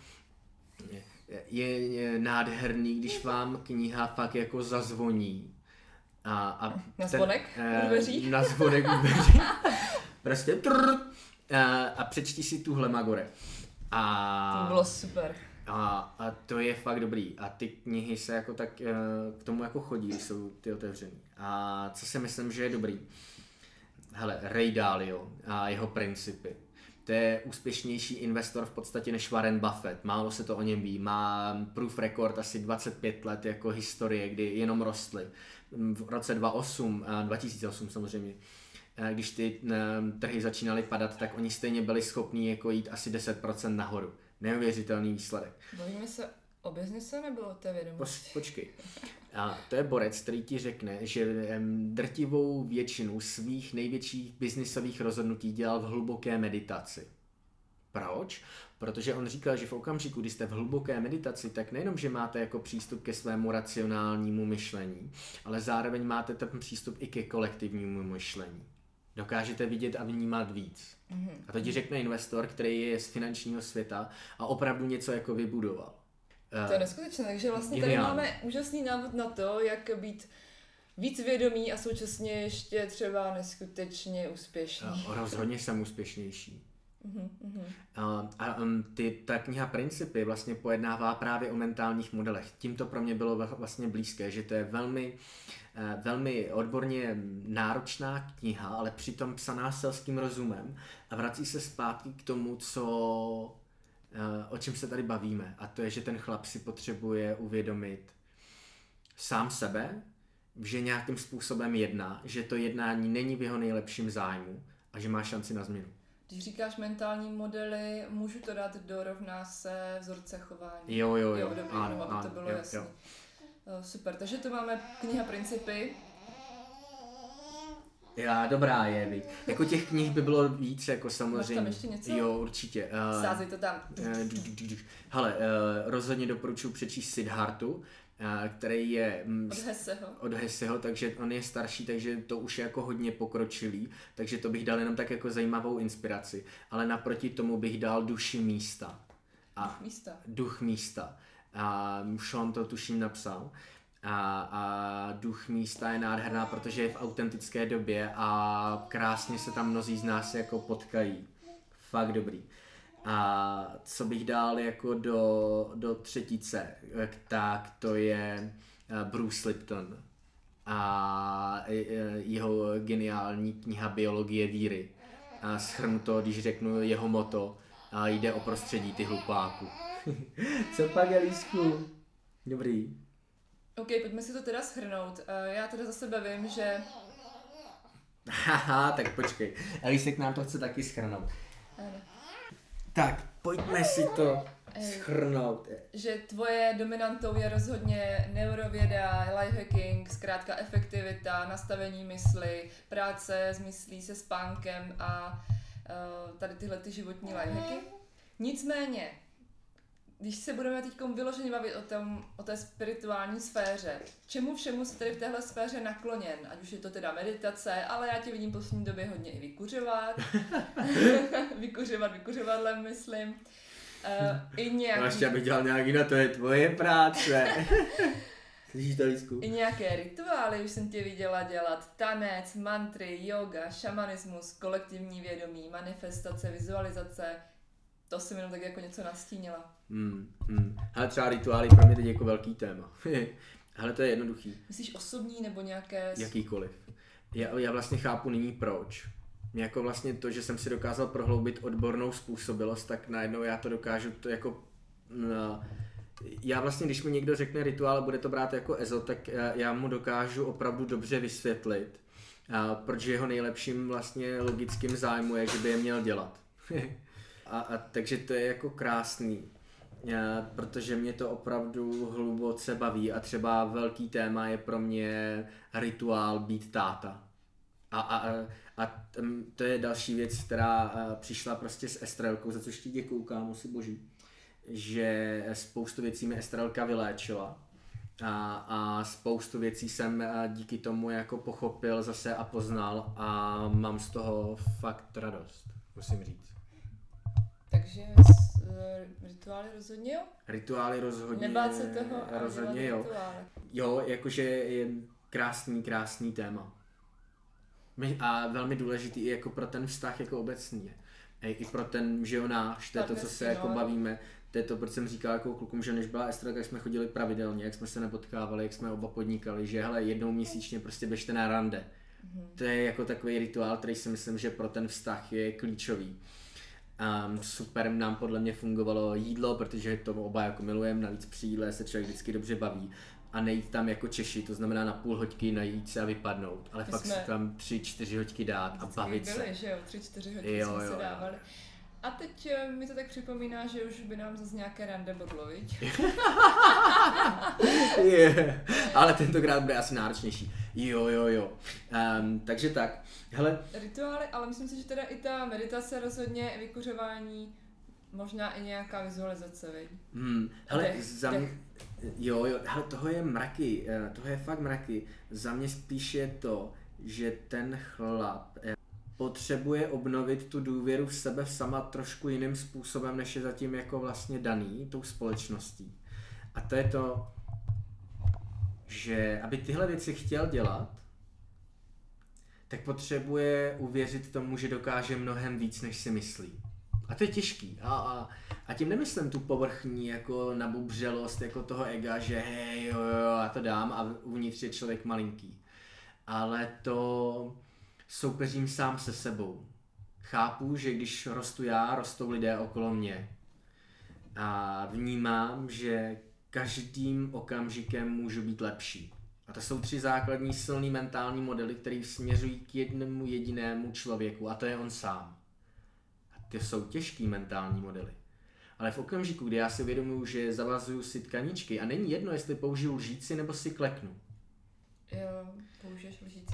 je nádherný, když vám kniha fakt jako zazvoní. Na zvonek u dveří? Na zvonek u dveří. Prostě a přečti si tuhle Magore. To bylo super. A to je fakt dobrý. A ty knihy se jako tak k tomu jako chodí, jsou ty otevřený. A co si myslím, že je dobrý? Hele, Ray Dalio a jeho principy. To je úspěšnější investor v podstatě než Warren Buffett. Málo se to o něm ví. Má proof record asi 25 let jako historie, kdy jenom rostly. V roce 2008 samozřejmě. Když ty trhy začínaly padat, tak oni stejně byli schopní jako jít asi 10% nahoru. Neuvěřitelný výsledek. Bavíme se o biznise nebo o té vědomosti? Počkej. A to je borec, který ti řekne, že drtivou většinu svých největších biznisových rozhodnutí dělal v hluboké meditaci. Proč? Protože on říkal, že v okamžiku, kdy jste v hluboké meditaci, tak nejenom, že máte jako přístup ke svému racionálnímu myšlení, ale zároveň máte ten přístup i ke kolektivnímu myšlení. Dokážete vidět a vnímat víc. A to ti řekne investor, který je z finančního světa a opravdu něco jako vybudoval. To je neskutečné, takže vlastně tady máme úžasný návod na to, jak být víc vědomý a současně ještě třeba neskutečně úspěšný. Rozhodně jsem úspěšnější. Ta kniha Principy vlastně pojednává právě o mentálních modelech. Tím to pro mě bylo vlastně blízké, že to je velmi odborně náročná kniha, ale přitom psaná selským rozumem a vrací se zpátky k tomu, o čem se tady bavíme. A to je, že ten chlap si potřebuje uvědomit sám sebe, že nějakým způsobem jedná, že to jednání není v jeho nejlepším zájmu a že má šanci na změnu. Když říkáš mentální modely, můžu to dát do rovná se vzorce chování? Jo, dobrý, aby to bylo jasný. Super, takže tu máme kniha Principy. Dobrá je, viď. Jako těch knih by bylo víc, jako samozřejmě. Máš tam ještě něco? Jo, určitě. Sázej to tam. Hele, rozhodně doporučuji přečíst Siddhartu, který je od Hesseho, takže on je starší, takže to už je jako hodně pokročilý, takže to bych dal jenom tak jako zajímavou inspiraci, ale naproti tomu bych dal Duši místa. Duch místa. A Sean to tuším napsal. A Duch místa je nádherná, protože je v autentické době a krásně se tam mnozí z nás jako potkají. Fakt dobrý. A co bych dal jako do třetice, tak to je Bruce Lipton a jeho geniální kniha Biologie víry. A shrnu to, když řeknu jeho motto, a jde o prostředí ty hlupáku. Co pak, Elísku? Dobrý. OK, pojďme si to teda shrnout. Já teda za sebe vím, že... Haha, tak počkej. Elísek nám to chce taky shrnout. Ano. Tak, pojďme si to shrnout. Že tvoje dominantou je rozhodně neurověda, lifehacking, zkrátka efektivita, nastavení mysli, práce s myslí, se spánkem a tady tyhle ty životní lifehacky. Nicméně, když se budeme teď vyloženě bavit o té spirituální sféře, čemu všemu se tady v téhle sféře nakloněn, ať už je to teda meditace, ale já tě vidím v poslední době hodně i vykuřovat. vykuřovadlem, myslím. I nějaký... Ještě abych dělal nějaký, to je tvoje práce. Slyšíš to, Lísku? I nějaké rituály už jsem tě viděla dělat. Tanec, mantry, yoga, šamanismus, kolektivní vědomí, manifestace, vizualizace. To jsem jenom tak jako něco nastínila. Hele, třeba rituály pro mě teď jako velký téma. Hele, to je jednoduchý. Myslíš osobní nebo nějaké... Jakýkoliv. Já vlastně chápu nyní proč. jako vlastně to, že jsem si dokázal prohloubit odbornou způsobilost, tak najednou já to dokážu to jako... Já vlastně, když mi někdo řekne rituál a bude to brát jako ezo, tak já mu dokážu opravdu dobře vysvětlit, proč jeho nejlepším vlastně logickým zájmu je, že by je měl dělat. Takže to je jako krásný, protože mě to opravdu hluboce baví a třeba velký téma je pro mě rituál být táta. A to je další věc, která přišla prostě s Estrelkou, za což ti děkuju, kámosi boží, že spoustu věcí mi Estrelka vyléčila a spoustu věcí jsem díky tomu jako pochopil zase a poznal a mám z toho fakt radost, musím říct. Takže rituály rozhodně jo? Rituály rozhodně. Nebát se toho a rozhodně jo. Rituály. Jo, jakože je krásný téma. A velmi důležitý i jako pro ten vztah jako obecně. I pro ten, že jo, náš, to je to, co se jako bavíme. To je to, proč jsem říkal jako klukům, že než byla Estra, tak jsme chodili pravidelně, jak jsme se nepotkávali, jak jsme oba podnikali, že hele, jednou měsíčně prostě běžte na rande. To je jako takový rituál, který si myslím, že pro ten vztah je klíčový. Super nám podle mě fungovalo jídlo, protože to oba jako milujeme, navíc při jídle se člověk vždycky dobře baví. A nejít tam jako Češi, to znamená na půl hoďky najít se a vypadnout, ale fakt si tam 3-4 hoďky dát a bavit byli, se. Že jo, 3-4 hoďky jsme se dávali. A teď mi to tak připomíná, že už by nám zase nějaké rande bodlo, viď? Ale tentokrát bude asi náročnější. Jo. Takže tak. Hele. Rituály, ale myslím si, že teda i ta meditace rozhodně, vykuřování, možná i nějaká vizualizace, viď? Hele, Jo, hele, toho je fakt mraky. Za mě spíš je to, že ten chlap potřebuje obnovit tu důvěru v sebe sama trošku jiným způsobem, než je zatím jako vlastně daný tou společností. A to je to, že aby tyhle věci chtěl dělat, tak potřebuje uvěřit tomu, že dokáže mnohem víc, než si myslí. A to je těžký. A tím nemyslím tu povrchní jako nabubřelost jako toho ega, že hej, jo, já to dám a uvnitř je člověk malinký. Ale to soupeřím sám se sebou. Chápu, že když rostu já, rostou lidé okolo mě. A vnímám, že každým okamžikem můžu být lepší. A to jsou 3 základní silný mentální modely, které směřují k jednomu jedinému člověku, a to je on sám. To jsou těžký mentální modely. Ale v okamžiku, kdy já si uvědomuji, že zavazuju si tkaničky a není jedno, jestli použiju lžíci nebo si kleknu. Jo, použiješ lžíci.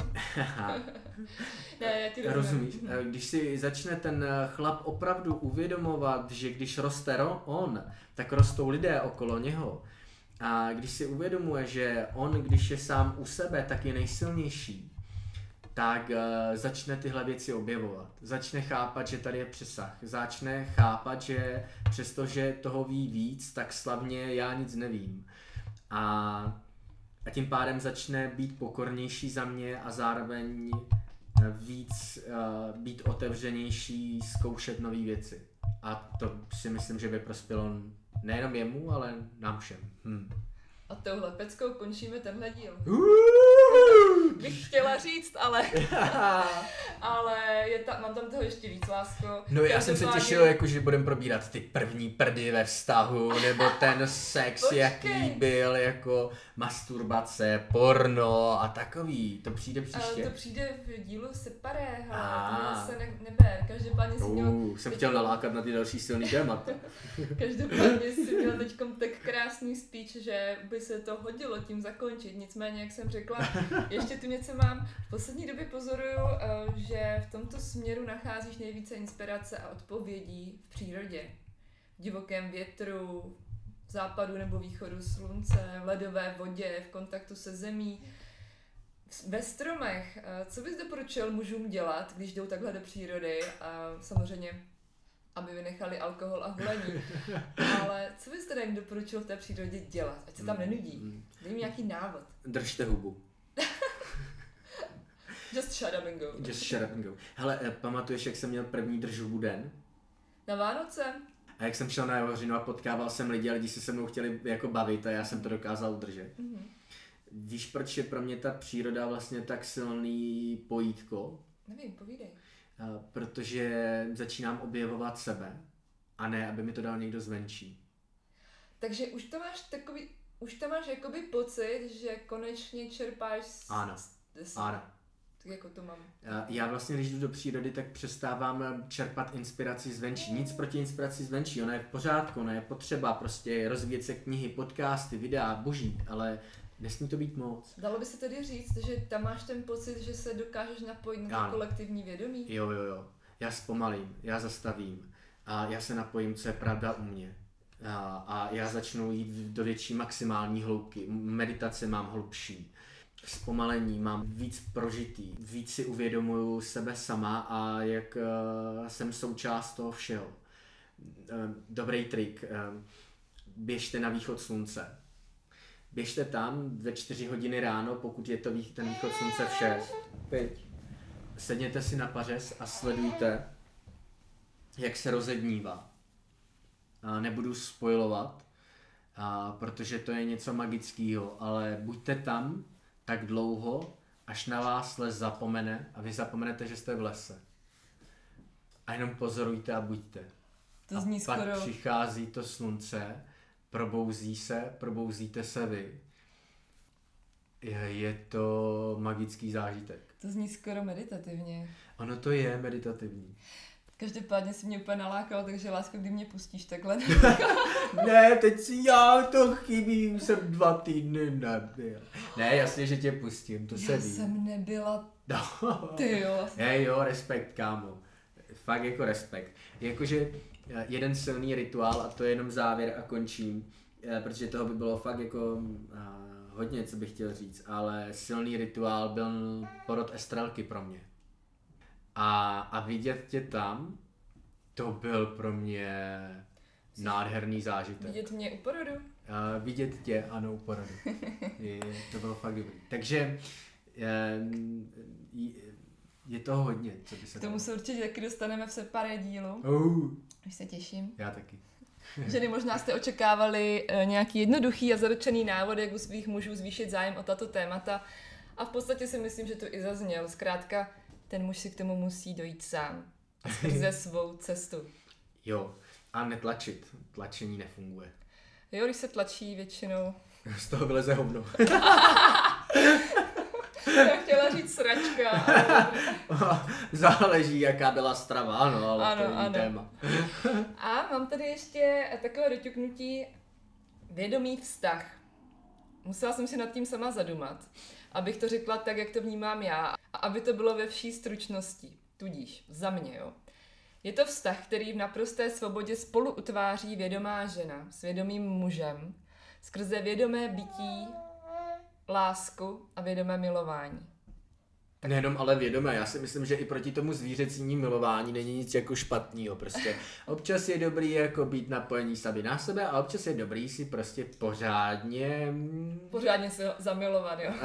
Ne, já ti rozumíš? Když si začne ten chlap opravdu uvědomovat, že když roste on, tak rostou lidé okolo něho. A když si uvědomuje, že on, když je sám u sebe, tak je nejsilnější, tak začne tyhle věci objevovat. Začne chápat, že tady je přesah. Začne chápat, že přestože toho ví víc, tak slavně já nic nevím. A tím pádem začne být pokornější za mě a zároveň víc být otevřenější, zkoušet nové věci. A to si myslím, že by prospělo nejenom jemu, ale nám všem. A touhle peckou končíme tenhle díl. Bych chtěla říct, ale mám tam toho ještě víc, lásko. No já jsem se těšil, jako, že budeme probírat ty první prdy ve vztahu, nebo ten sex, jaký byl, jako masturbace, porno a takový. To přijde příště. To přijde v dílu separé, to se neber. Každopádně si měl... Jsem chtěl nalákat na ty další silný témat. Každopádně si měl teďkom tak krásný speech, že by se to hodilo tím zakončit. Nicméně, jak jsem řekla, ještě tu něco mám. V poslední době pozoruju, že v tomto směru nacházíš nejvíce inspirace a odpovědí v přírodě. V divokém větru, v západu nebo východu slunce, v ledové vodě, v kontaktu se zemí, ve stromech. Co bys doporučil mužům dělat, když jdou takhle do přírody? A samozřejmě, aby vynechali alkohol a hulení. Ale co bys teda jim doporučil v té přírodě dělat? Ať se tam nenudí. Dej mi nějaký návod. Držte hubu. Just shut up and go. Just shut up and go. Hele, pamatuješ, jak jsem měl první držhubu den? Na Vánoce? A jak jsem šel na Jahořinu a potkával jsem lidi a lidi se mnou chtěli jako bavit a já jsem to dokázal udržet. Mm-hmm. Víš, proč je pro mě ta příroda vlastně tak silný pojítko? Nevím, povídej. protože začínám objevovat sebe a ne, aby mi to dal někdo zvenčí. Takže už tam máš jakoby pocit, že konečně čerpáš Ano. Tak jako to mám. Já vlastně, když jdu do přírody, tak přestávám čerpat inspiraci zvenčí. Nic proti inspiraci zvenčí, ona je v pořádku, ona je potřeba prostě rozvíjet se knihy, podcasty, videa, boží, ale nesmí to být moc. Dalo by se tedy říct, že tam máš ten pocit, že se dokážeš napojit na kolektivní vědomí? Jo. Já zpomalím, já zastavím a já se napojím, co je pravda u mě. A já začnu jít do větší maximální hloubky. Meditace mám hlubší. Zpomalení mám víc prožitý. Víc si uvědomuju sebe sama a jak jsem součást toho všeho. Dobrý trik. Běžte na východ slunce. Běžte tam ve 4 hodiny ráno, pokud je to ten východ slunce v 6. Pěť. Sedněte si na pařez a sledujte, jak se rozednívá. Nebudu spoilovat, protože to je něco magického, ale buďte tam tak dlouho, až na vás les zapomene a vy zapomenete, že jste v lese. A jenom pozorujte a buďte. To zní a pak přichází to slunce, probouzíte se vy. Je to magický zážitek. To zní skoro meditativně. Ono to je meditativní. Každopádně si mě úplně nalákal, takže lásko, kdy mě pustíš takhle. Ne, teď si já to chybím, jsem 2 týdny nebyl. Ne, jasně, že tě pustím, to se ví. Já jsem nebyla, No. ty jo. Jo, respekt, kámo. Fakt jako respekt. Jakože jeden silný rituál, a to je jenom závěr a končím, protože toho by bylo fakt jako hodně, co bych chtěl říct, ale silný rituál byl porod Estrelky pro mě. A vidět tě tam, to byl pro mě nádherný zážitek. Vidět mě u porodu? Vidět tě, ano, u porodu. To bylo fakt dobrý. Takže je toho hodně, co by se k tomu se určitě taky dostaneme v separé dílu. Už se těším. Já taky. Ženy, možná jste očekávali nějaký jednoduchý a zaručený návod, jak u svých mužů zvýšit zájem o tato témata. A v podstatě si myslím, že to i zazněl. Zkrátka, ten muž si k tomu musí dojít sám. A skrze svou cestu. Jo, a netlačit. Tlačení nefunguje. Jo, když se tlačí většinou. Z toho vyleze hovno. Já chtěla říct sračka. Ale... Záleží, jaká byla strava, ano, ale ano, to je téma. A mám tady ještě takové doťuknutí vědomý vztah. Musela jsem si nad tím sama zadumat, abych to řekla tak, jak to vnímám já, a aby to bylo ve vší stručnosti. Tudíž, za mě, jo. Je to vztah, který v naprosté svobodě spolu utváří vědomá žena s vědomým mužem, skrze vědomé bytí, lásku a vědomé milování. Nejenom ale vědomé, já si myslím, že i proti tomu zvířecímu milování není nic jako špatného, prostě. Občas je dobrý jako být napojení sami na sebe a občas je dobrý si prostě pořádně se zamilovat, jo.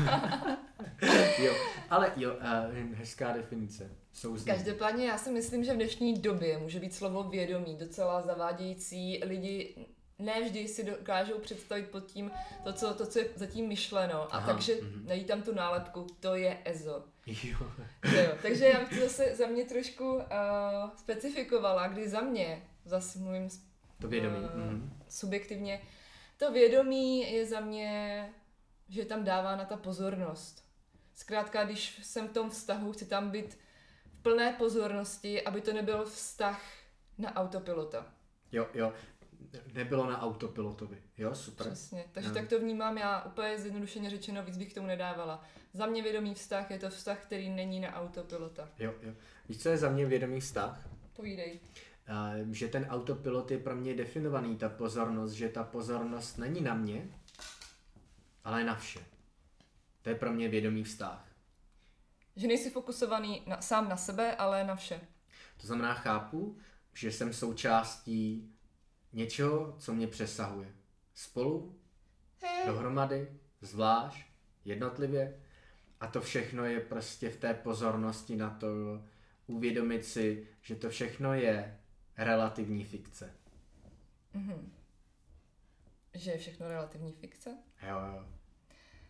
Jo, ale jo, hezká definice. Každopádně já si myslím, že v dnešní době může být slovo vědomí docela zavádějící. Lidi ne vždy si dokážou představit pod tím to, co je zatím myšleno. A takže dají tam tu nálepku, to je EZO. Jo. Takže já bych to zase za mě trošku specifikovala, kdy za mě, zase mluvím to vědomí. Subjektivně, to vědomí je za mě, že je tam dávána ta pozornost. Zkrátka, když jsem v tom vztahu, chci tam být v plné pozornosti, aby to nebyl vztah na autopilota. Jo. Nebylo na autopilotovi. Jo, super. Přesně, takže tak to vnímám já, úplně zjednodušeně řečeno, víc bych k tomu nedávala. Za mě vědomý vztah je to vztah, který není na autopilota. Jo. Víš, co je za mě vědomý vztah? Povídej. Že ten autopilot je pro mě definovaný, ta pozornost, že ta pozornost není na mě, ale na vše. To je pro mě vědomý vztah. Že nejsi fokusovaný sám na sebe, ale na vše. To znamená, chápu, že jsem součástí něčeho, co mě přesahuje. Spolu, dohromady, zvlášť, jednotlivě. A to všechno je prostě v té pozornosti na to uvědomit si, že to všechno je relativní fikce. Že je všechno relativní fikce? Jo.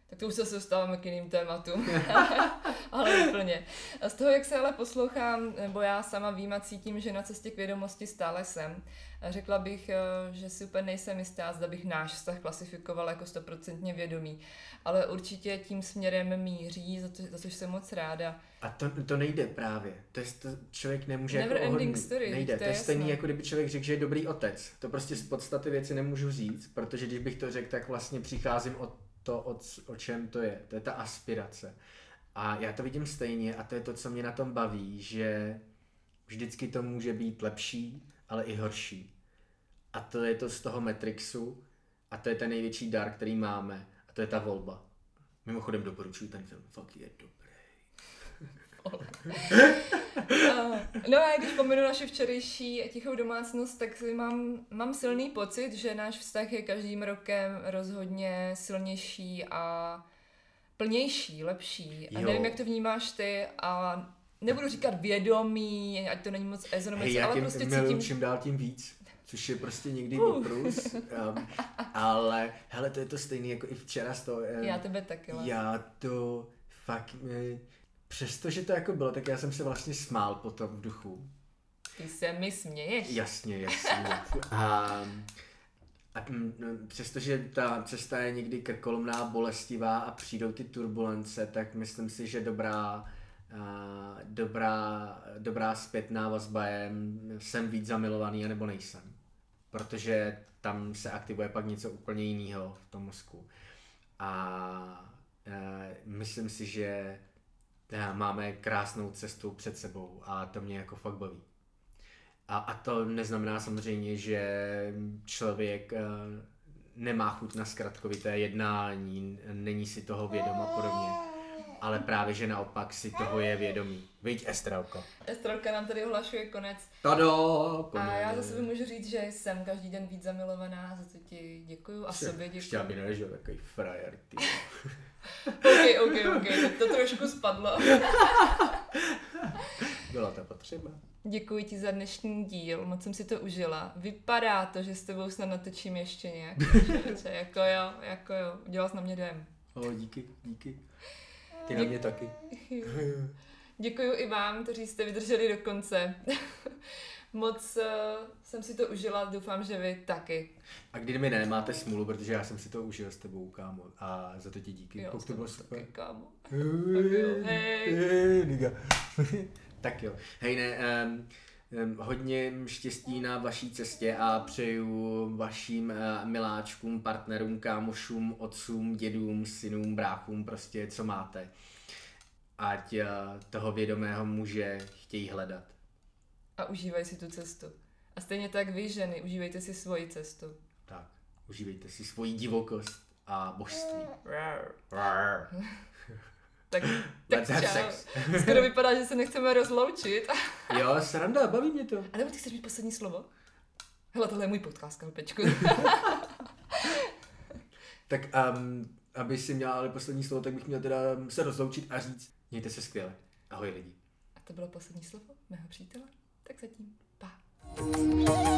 Tak to už se dostáváme k jiným tématům. Ale úplně. A z toho, jak se ale poslouchám, nebo já sama vím a cítím, že na cestě k vědomosti stále jsem. A řekla bych, že si úplně nejsem jistá, zda bych náš vztah klasifikovala jako 100% vědomý. Ale určitě tím směrem míří, za což jsem moc ráda. A to nejde právě. To člověk nemůže Never jako ending story. Nejde. To je stejný, jako kdyby člověk řekl, že je dobrý otec. To prostě z podstaty věci nemůžu říct, protože když bych to řekl, tak vlastně přicházím o čem to je. To je ta aspirace. A já to vidím stejně a to je to, co mě na tom baví, že vždycky to může být lepší, ale i horší. A to je to z toho Matrixu a to je ten největší dar, který máme. A to je ta volba. Mimochodem doporučuji ten film. Fakt je dobrý. No a když pomenu naši včerejší tichou domácnost, tak mám silný pocit, že náš vztah je každým rokem rozhodně silnější a plnější, lepší. A nevím, jak to vnímáš ty a nebudu říkat vědomí, ať to není moc ezonomické, ale prostě cítím... čím dál tím víc, což je prostě někdy oprus, ale hele, to je to stejný jako i včera z toho. Já tebe taky. Já to fakt... Přestože to jako bylo, tak já jsem se vlastně smál potom v duchu. Ty se mi směješ. Jasně. A přestože ta cesta je někdy krkolomná, bolestivá a přijdou ty turbulence, tak myslím si, že dobrá zpětná vazba je, jsem víc zamilovaný, anebo nejsem. Protože tam se aktivuje pak něco úplně jiného v tom mozku. A myslím si, že máme krásnou cestu před sebou a to mě jako fakt baví. A to neznamená samozřejmě, že člověk nemá chuť na zkratkovité jednání, není si toho vědom a podobně. Ale právě, že naopak si toho je vědomý. Viď, Estrelko? Estrelka nám tady ohlašuje konec. Tada! A já za sebe můžu říct, že jsem každý den víc zamilovaná, za to ti děkuju a sobě děkuju. Ještě aby nežil takový frajer, ty. OK, to trošku spadlo. Byla to potřeba. Děkuji ti za dnešní díl, moc jsem si to užila. Vypadá to, že s tebou snad natočím ještě nějak. Jako jo, udělal jsi na mě dojem. Díky. Ty na mě taky. Děkuji i vám, kteří jste vydrželi do konce. Moc jsem si to užila, doufám, že vy taky. A kdy mi nemáte smůlu, protože já jsem si to užil s tebou, kámo. A za to ti díky. Jo, to bylo super. Taky, kámo. Hej. Tak jo. Hej, hodně štěstí na vaší cestě a přeju vašim miláčkům, partnerům, kámošům, otcům, dědům, synům, bráchům, prostě co máte. Ať toho vědomého muže chtějí hledat. A užívaj si tu cestu. A stejně tak vy, ženy, užívejte si svoji cestu. Tak, užívejte si svoji divokost a božství. Tak čau. Skoro vypadá, že se nechceme rozloučit. Jo, sranda, baví mě to. A nebo ty chceš mít poslední slovo? Hele, tohle je můj podcast, Kalpečku. Tak aby si měla ale poslední slovo, tak bych měl teda se rozloučit a říct, mějte se skvěle. Ahoj lidi. A to bylo poslední slovo mého přítele? Tak zatím. Pa.